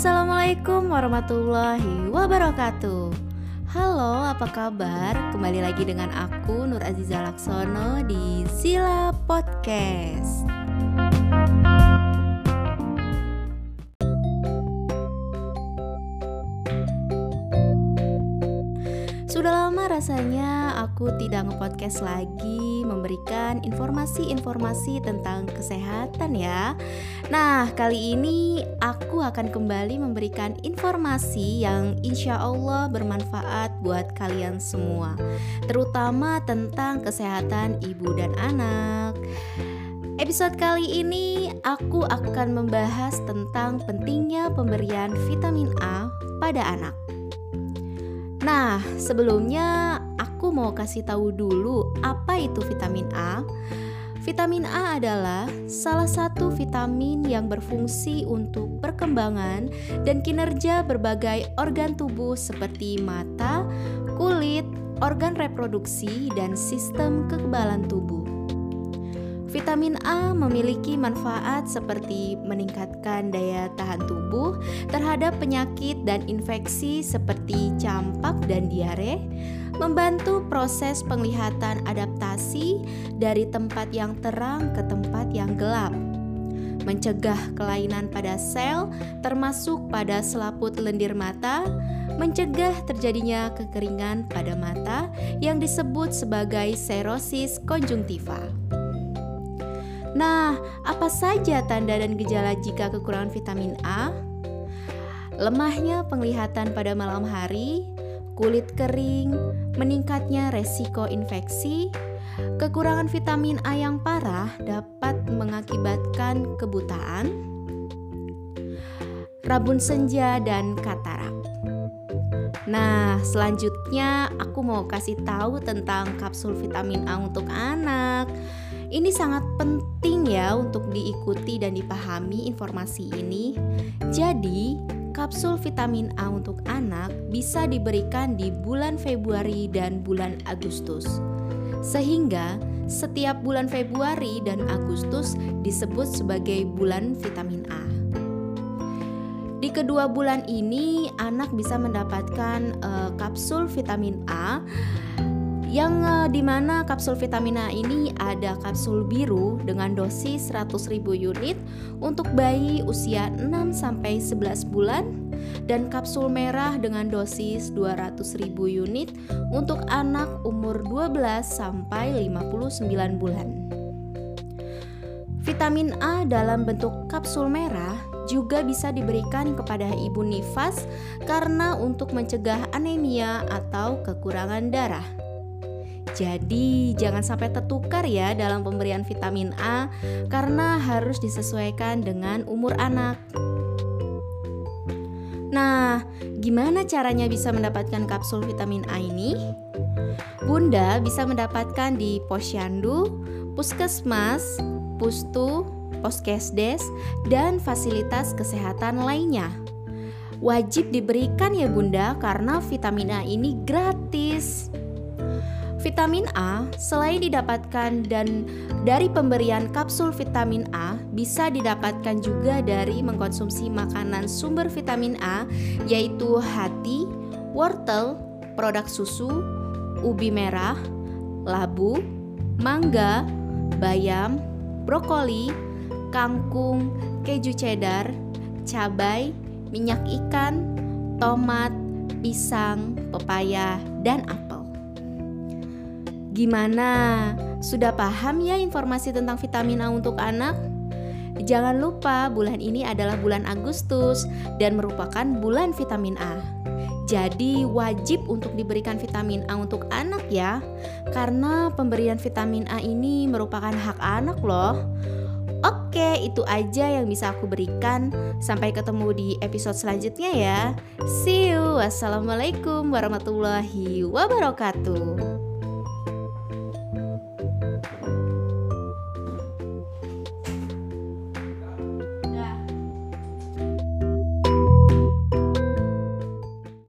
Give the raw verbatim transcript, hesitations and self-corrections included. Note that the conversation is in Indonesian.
Assalamualaikum warahmatullahi wabarakatuh. Halo, apa kabar? Kembali lagi dengan aku Nur Aziza Laksono di Sila Podcast. Sudah lama rasanya aku tidak nge-podcast lagi, memberikan informasi-informasi tentang kesehatan ya. Nah, kali ini aku akan kembali memberikan informasi yang insya Allah bermanfaat buat kalian semua, terutama tentang kesehatan ibu dan anak. Episode kali ini aku akan membahas tentang pentingnya pemberian vitamin A pada anak. Nah, sebelumnya aku mau kasih tahu dulu apa itu vitamin A. Vitamin A adalah salah satu vitamin yang berfungsi untuk perkembangan dan kinerja berbagai organ tubuh seperti mata, kulit, organ reproduksi, dan sistem kekebalan tubuh. Vitamin A memiliki manfaat seperti meningkatkan daya tahan tubuh terhadap penyakit dan infeksi seperti campak dan diare, membantu proses penglihatan adaptasi dari tempat yang terang ke tempat yang gelap, mencegah kelainan pada sel termasuk pada selaput lendir mata, mencegah terjadinya kekeringan pada mata yang disebut sebagai serosis konjungtiva. Nah, apa saja tanda dan gejala jika kekurangan vitamin A? Lemahnya penglihatan pada malam hari, kulit kering, meningkatnya resiko infeksi, kekurangan vitamin A yang parah dapat mengakibatkan kebutaan, rabun senja, dan katarak. Nah, selanjutnya aku mau kasih tahu tentang kapsul vitamin A untuk anak. Ini sangat penting ya untuk diikuti dan dipahami informasi ini. Jadi, kapsul vitamin A untuk anak bisa diberikan di bulan Februari dan bulan Agustus. Sehingga setiap bulan Februari dan Agustus disebut sebagai bulan vitamin A. Di kedua bulan ini anak bisa mendapatkan uh, kapsul vitamin A yang uh, dimana kapsul vitamin A ini ada kapsul biru dengan dosis seratus ribu unit untuk bayi usia enam sampai sebelas bulan dan kapsul merah dengan dosis dua ratus ribu unit untuk anak umur dua belas sampai lima puluh sembilan bulan. Vitamin A dalam bentuk kapsul merah juga bisa diberikan kepada ibu nifas karena untuk mencegah anemia atau kekurangan darah. Jadi jangan sampai tertukar ya dalam pemberian vitamin A karena harus disesuaikan dengan umur anak. Nah, gimana caranya bisa mendapatkan kapsul vitamin A ini? Bunda bisa mendapatkan di posyandu, puskesmas, pustu, poskesdes, dan fasilitas kesehatan lainnya. Wajib diberikan ya Bunda karena vitamin A ini gratis. Vitamin A selain didapatkan dan dari pemberian kapsul vitamin A bisa didapatkan juga dari mengkonsumsi makanan sumber vitamin A yaitu hati, wortel, produk susu, ubi merah, labu, mangga, bayam, brokoli, kangkung, keju cheddar, cabai, minyak ikan, tomat, pisang, pepaya, dan apel. Gimana? Sudah paham ya informasi tentang vitamin A untuk anak? Jangan lupa bulan ini adalah bulan Agustus dan merupakan bulan vitamin A. Jadi wajib untuk diberikan vitamin A untuk anak ya, karena pemberian vitamin A ini merupakan hak anak loh. Oke, itu aja yang bisa aku berikan. Sampai ketemu di episode selanjutnya ya. See you. Wassalamualaikum warahmatullahi wabarakatuh.